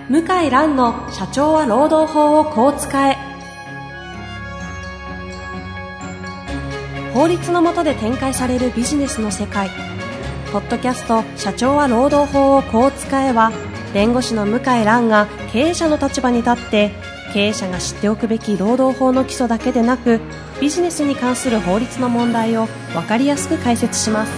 向井蘭の社長は労働法をこう使え。法律の下で展開されるビジネスの世界。ポッドキャスト社長は労働法をこう使えは、弁護士の向井蘭が経営者の立場に立って経営者が知っておくべき労働法の基礎だけでなく、ビジネスに関する法律の問題を分かりやすく解説します。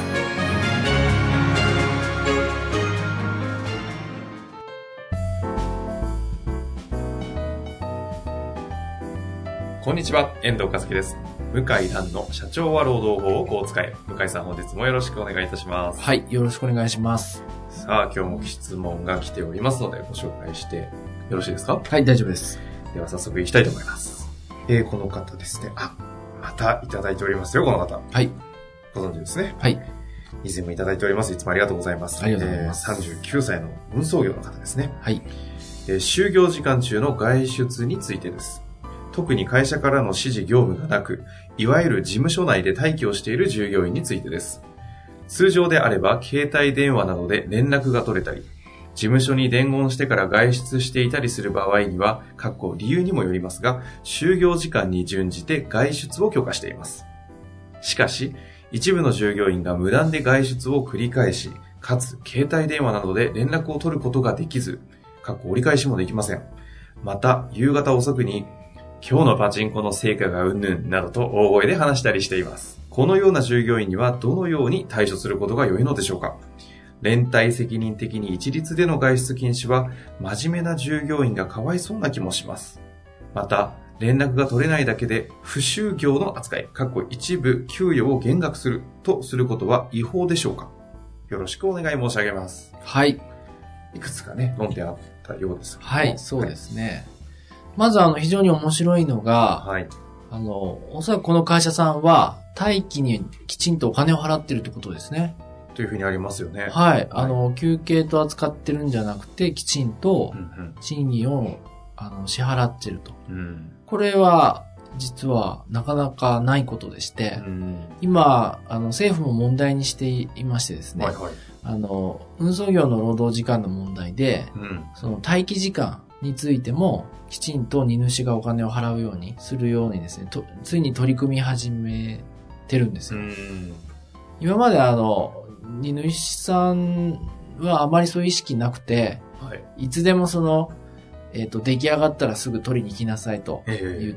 こんにちは、遠藤和樹です。向井蘭の社長は労働法をこう使え。向井さん、本日もよろしくお願いいたします。 はい、よろしくお願いします。 さあ、今日も質問が来ておりますのでご紹介してよろしいですか？ はい、大丈夫です。 では早速いきたいと思います。この方ですね。またいただいておりますよ、この方。 はい。 ご存知ですね。 はい。 以前もいただいております。いつもありがとうございます。 ありがとうございます。 39歳の運送業の方ですね。 はい。 就業時間中の外出についてです。特に会社からの指示業務がなく、いわゆる事務所内で待機をしている従業員についてです。通常であれば携帯電話などで連絡が取れたり、事務所に伝言してから外出していたりする場合には、理由にもよりますが、就業時間に準じて外出を許可しています。しかし、一部の従業員が無断で外出を繰り返し、かつ携帯電話などで連絡を取ることができず、折り返しもできません。また、夕方遅くに、今日のパチンコの成果がうんぬんなどと大声で話したりしています。このような従業員にはどのように対処することが良いのでしょうか？連帯責任的に一律での外出禁止は真面目な従業員がかわいそうな気もします。また、連絡が取れないだけで不就業の扱い、一部給与を減額するとすることは違法でしょうか？よろしくお願い申し上げます。 はい。 いくつかね、論点あったようです。 はい、そうですね。まず非常に面白いのが、 はい。 おそらくこの会社さんは、待機にきちんとお金を払ってるってことですね。 というふうにありますよね。 はい。休憩と扱ってるんじゃなくて、きちんと、賃金を、支払ってると。これは、実は、なかなかないことでして、今、政府も問題にしていましてですね、 はいはい。 運送業の労働時間の問題で、その待機時間についても、きちんと荷主がお金を払うようにするようにですね、ついに取り組み始めてるんですよ。今まで荷主さんはあまりそういう意識なくて、いつでも出来上がったらすぐ取りに来なさいと言って、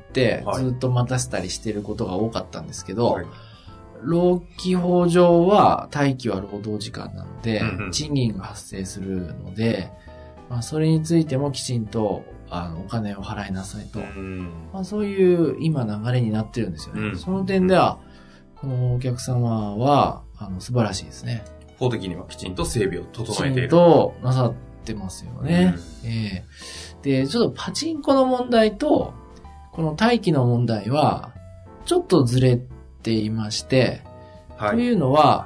ずっと待たせたりしてることが多かったんですけど、労基法上は待機は労働時間なので、賃金が発生するので、それについてもきちんとお金を払いなさいと。そういう今流れになってるんですよね。その点では、このお客様は素晴らしいですね。 法的にはきちんと整備を整えている。 きちんとなさってますよね。で、ちょっとパチンコの問題と、この待機の問題は、ちょっとずれていまして、というのは、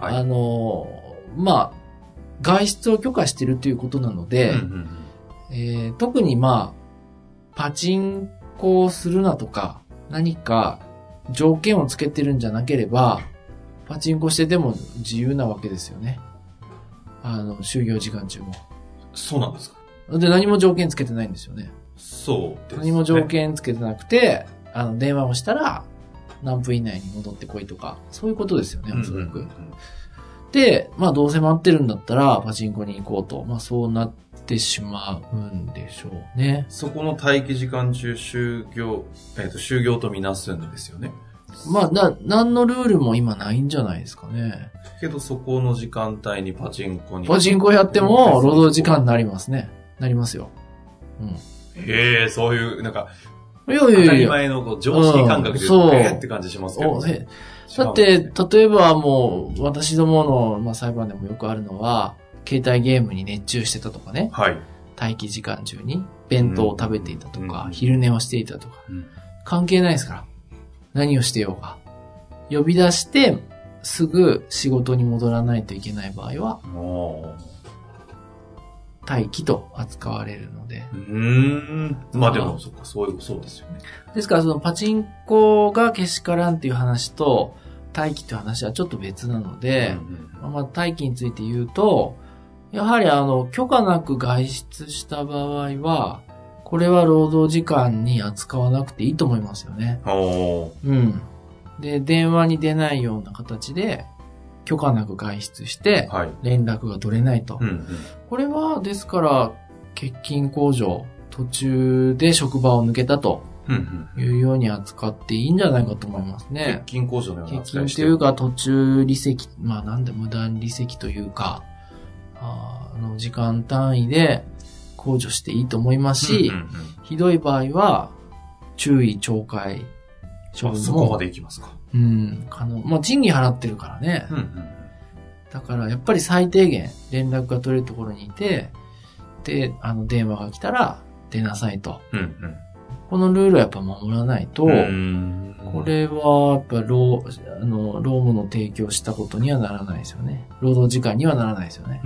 外出を許可しているということなので、特にパチンコをするなとか、何か条件をつけてるんじゃなければ、パチンコしてても自由なわけですよね。就業時間中も。 そうなんですか。 で、何も条件つけてないんですよね。 そうですね。 何も条件つけてなくて、電話をしたら、何分以内に戻ってこいとか、そういうことですよね、おそらく。で、どうせ待ってるんだったら、パチンコに行こうと。そうなってしまうんでしょうね。 そこの待機時間中、就業とみなすんですよね。 何のルールも今ないんじゃないですかね。 けど、そこの時間帯にパチンコやっても、労働時間になりますね。なりますよ。 へえ、そういう、当たり前の常識感覚で、って感じしますけど。 だって、例えば私どもの、裁判でもよくあるのは、携帯ゲームに熱中してたとかね。待機時間中に弁当を食べていたとか、昼寝をしていたとか。関係ないですから。何をしてようか。呼び出して、すぐ仕事に戻らないといけない場合は、待機と扱われるので。 でも、そうですよね。 ですから、パチンコがけしからんっていう話と、待機っていう話はちょっと別なので、待機について言うと、 やはり許可なく外出した場合は、これは労働時間に扱わなくていいと思いますよね。うん。で、電話に出ないような形で、許可なく外出して、連絡が取れないと。これは、ですから、欠勤控除、途中で職場を抜けたというように扱っていいんじゃないかと思いますね。 欠勤控除のような扱いしてる。欠勤というか、途中離席、なんで無断離席というか、時間単位で控除していいと思いますし、ひどい場合は、注意懲戒処分も。 そこまで行きますか。 賃金払ってるからね。だから、やっぱり最低限連絡が取れるところにいて、で、電話が来たら出なさいと。このルールはやっぱ守らないと、これは、やっぱ労務の提供したことにはならないですよね。労働時間にはならないですよね。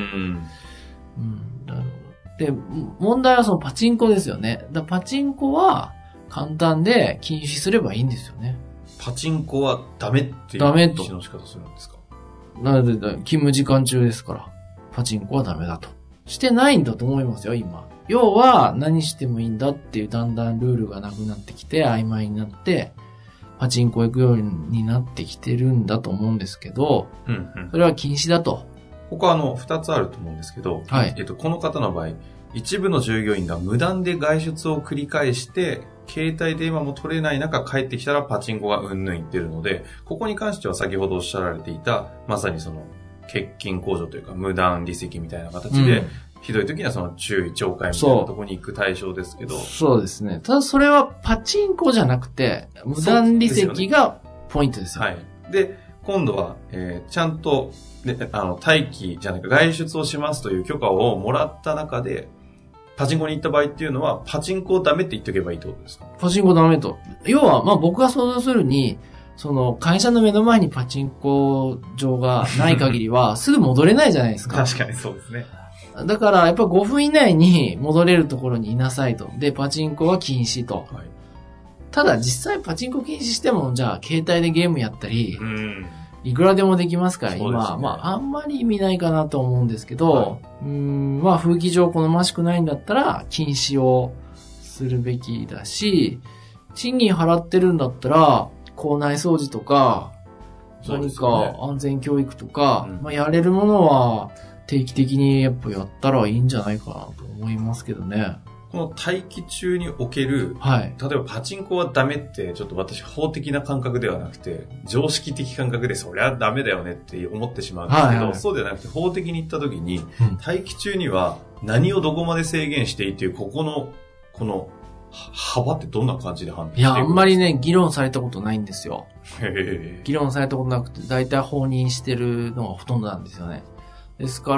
なるほど。で、問題はそのパチンコですよね。パチンコは簡単で禁止すればいいんですよね。 パチンコはダメっていうダメと禁止の仕方するんですか？ なので、勤務時間中ですから、パチンコはダメだと。してないんだと思いますよ、今。要は、何してもいいんだっていうだんだんルールがなくなってきて、曖昧になって、パチンコ行くようになってきてるんだと思うんですけど、それは禁止だと。 他2つあると思うんですけど、この方の場合、一部の従業員が無断で外出を繰り返して、携帯電話も取れない中帰ってきたらパチンコがうんぬん言ってるので、ここに関しては先ほどおっしゃられていた、まさにその、欠勤控除というか無断離席みたいな形で、ひどい時にはその注意懲戒みたいなところに行く対象ですけど。 そうですね。ただそれはパチンコじゃなくて、無断離席がポイントですよ。 で、今度は、ちゃんと、待機じゃないか、外出をしますという許可をもらった中で、パチンコに行った場合っていうのは、パチンコをダメって言っておけばいいってことですか？ パチンコダメと。要は、僕が想像するに、その、会社の目の前にパチンコ場がない限りは、すぐ戻れないじゃないですか。 確かにそうですね。 だから、やっぱ5分以内に戻れるところにいなさいと。で、パチンコは禁止と。ただ、実際パチンコ禁止しても、じゃあ、携帯でゲームやったり、いくらでもできますから、今、あんまり意味ないかなと思うんですけど、風紀上好ましくないんだったら、禁止をするべきだし、賃金払ってるんだったら、校内掃除とか、何か安全教育とか、やれるものは定期的にやっぱやったらいいんじゃないかなと思いますけどね。 この待機中における、例えばパチンコはダメって、ちょっと私法的な感覚ではなくて、常識的感覚でそりゃダメだよねって思ってしまうんですけど、そうではなくて法的に言った時に、待機中には何をどこまで制限していいっていう、この幅ってどんな感じで判断していくんですか？ あんまりね、議論されたことないんですよ。議論されたことなくて、大体放任してるのがほとんどなんですよね。ですから、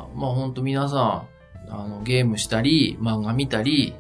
本当皆さん、ゲームしたり、漫画見たり、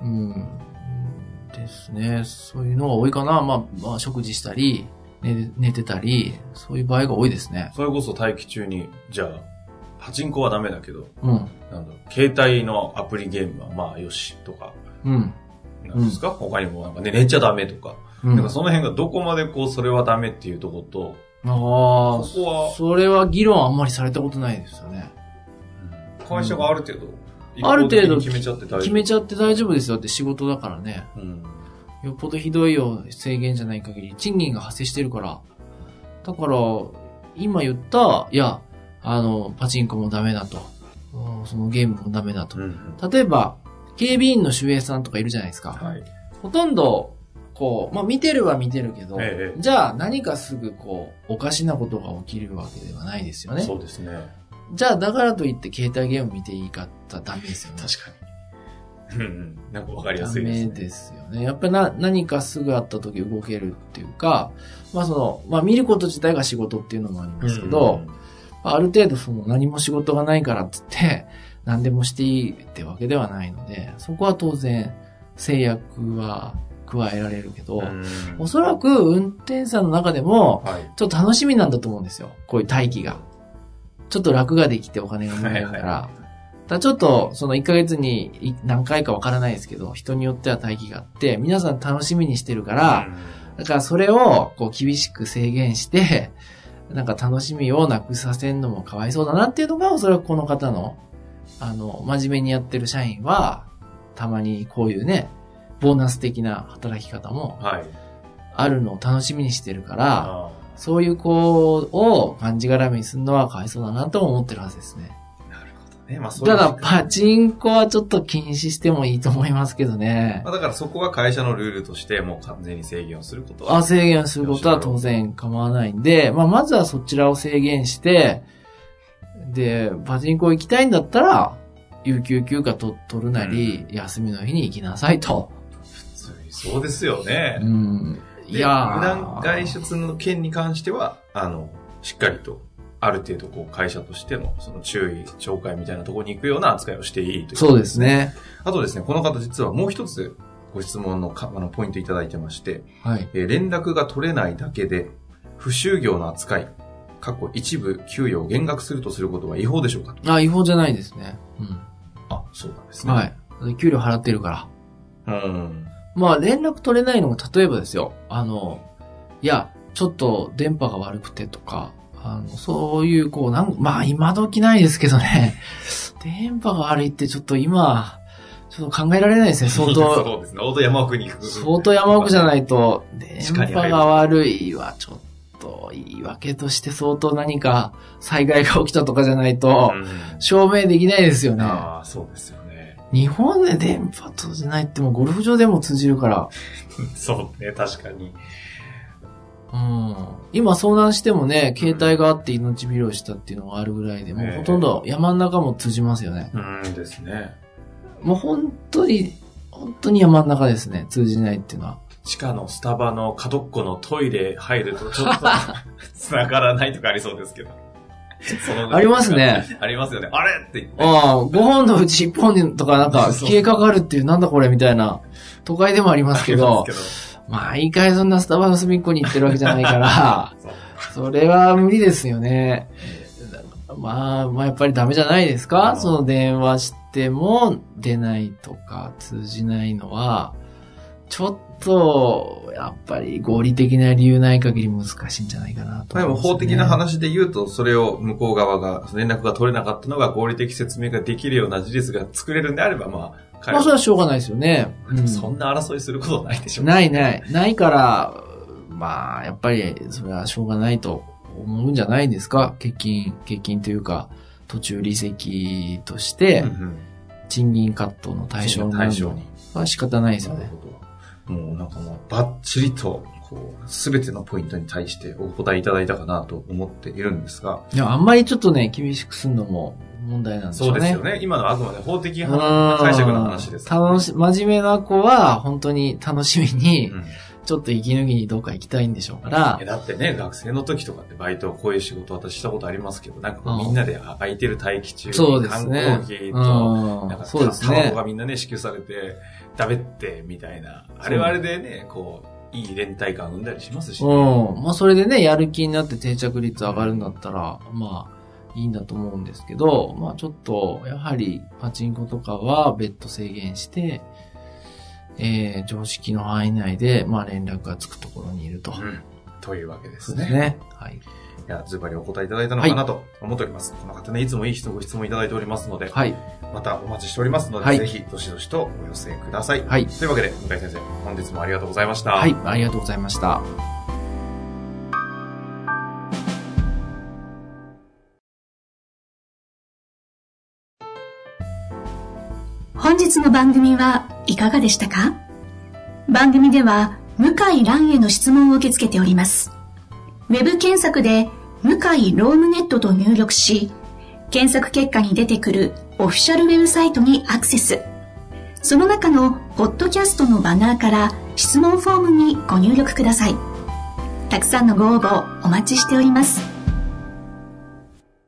ですね。そういうのが多いかな。食事したり、寝てたり、そういう場合が多いですね。 それこそ待機中に、じゃあ、パチンコはダメだけど、携帯のアプリゲームはよしとか、なんですか、他にも寝ちゃダメとか、その辺がどこまでそれはダメっていうところと、ここはそれは議論あんまりされたことないですよね。 会社がある程度、決めちゃって大丈夫ですよって仕事だからね。よっぽどひどい制限じゃない限り、賃金が発生してるから。だから、今言った、パチンコもダメだと。そのゲームもダメだと。例えば、警備員の守衛さんとかいるじゃないですか。ほとんど、見てるは見てるけど、じゃあ何かすぐおかしなことが起きるわけではないですよね。 そうですね。 じゃあだからといって携帯ゲーム見ていいかってダメですよね。 確かに。なんかわかりやすいですね。 ダメですよね。やっぱり何かすぐあった時動けるっていうか、見ること自体が仕事っていうのもありますけど、ある程度何も仕事がないからって言って、何でもしていいってわけではないので、そこは当然制約は加えられるけど、おそらく運転手さんの中でも、ちょっと楽しみなんだと思うんですよ。こういう待機が。ちょっと楽ができてお金がもらえるから。ちょっと、1ヶ月に何回かわからないですけど、人によっては待機があって、皆さん楽しみにしてるから、だからそれを厳しく制限して、 なんか楽しみをなくさせんのもかわいそうだなっていうのが、おそらくこの方の、真面目にやってる社員は、たまにこういうね、ボーナス的な働き方も、あるのを楽しみにしてるから、そういう子をがんじがらめにするのはかわいそうだなと思ってるはずですね。 なるほどね。まあそういう。 ただ、パチンコはちょっと禁止してもいいと思いますけどね。 だからそこは会社のルールとしてもう完全に制限をすることは。 制限することは当然構わないんで、まずはそちらを制限して、で、パチンコ行きたいんだったら、有給休暇取るなり、休みの日に行きなさいと。 普通にそうですよね。 いや無断外出の件に関しては、しっかりと、ある程度会社としてのその注意、懲戒みたいなところに行くような扱いをしていいという、 そうですね。 あとですね、この方実はもう一つご質問のポイントいただいてまして、連絡が取れないだけで、不就業の扱い、一部給与を減額するとすることは違法でしょうかと。 違法じゃないですね。 そうなんですね。 給料払ってるから。連絡取れないのが、例えばですよ。いや、ちょっと電波が悪くてとか、そういう、今時ないですけどね。電波が悪いってちょっと今、ちょっと考えられないですね、相当。 そうですね。相当山奥に行く。 相当山奥じゃないと、電波が悪いはちょっと言い訳として相当何か災害が起きたとかじゃないと、証明できないですよね。 そうですよね。 日本で電波通じないってもうゴルフ場でも通じるから。 そうね、確かに。 今遭難してもね、携帯があって命拾いしたっていうのがあるぐらいで、もうほとんど山の中も通じますよね。 ですね。 もう本当に山の中ですね、通じないっていうのは。 地下のスタバの角っこのトイレ入るとちょっと繋がらないとかありそうですけど。 ありますね。 ありますよね。あれって言って。 5本のうち1本とかなんか消えかかるっていうなんだこれみたいな都会でもありますけど、毎回そんなスタバの隅っこに行ってるわけじゃないから、それは無理ですよね。やっぱりダメじゃないですか？その電話しても出ないとか通じないのは、ちょっと、やっぱり合理的な理由ない限り難しいんじゃないかなと思います、ね。 でも法的な話で言うと、それを向こう側が連絡が取れなかったのが合理的説明ができるような事実が作れるんであれば、 それはしょうがないですよね。 そんな争いすることないでしょう。 ないから、やっぱりそれはしょうがないと思うんじゃないですか。欠勤というか、途中離席として、賃金カットの対象になるのは仕方ないですよね。 もうバッチリと、すべてのポイントに対してお答えいただいたかなと思っているんですが。 いや、あんまりちょっとね、厳しくするのも問題なんですよね。 そうですよね。今のはあくまで法的な解釈の話です、ね。 真面目な子は、本当に楽しみに、ちょっと息抜きにどっか行きたいんでしょうから。 だってね、学生の時とかってバイト、こういう仕事私したことありますけど、みんなで空いてる待機中に観光費と、タバコがみんなね、支給されて、食べて、みたいな。あれはあれでね、いい連帯感生んだりしますし、ね。 それでね、やる気になって定着率上がるんだったら、いいんだと思うんですけど、ちょっと、やはり、パチンコとかは別途制限して、常識の範囲内で、連絡がつくところにいると。 というわけですね。 そうですね。はい。 いや、ズバリお答えいただいたのかなと思っております。この方ね、いつもいいご質問いただいておりますので、またお待ちしておりますので、ぜひ、どしどしとお寄せください。というわけで、向井先生、本日もありがとうございました。 ありがとうございました。 本日の番組はいかがでしたか？番組では向井蘭への質問を受け付けております。ウェブ検索で向井ロームネットと入力し、検索結果に出てくるオフィシャルウェブサイトにアクセス。その中のポッドキャストのバナーから質問フォームにご入力ください。たくさんのご応募お待ちしております。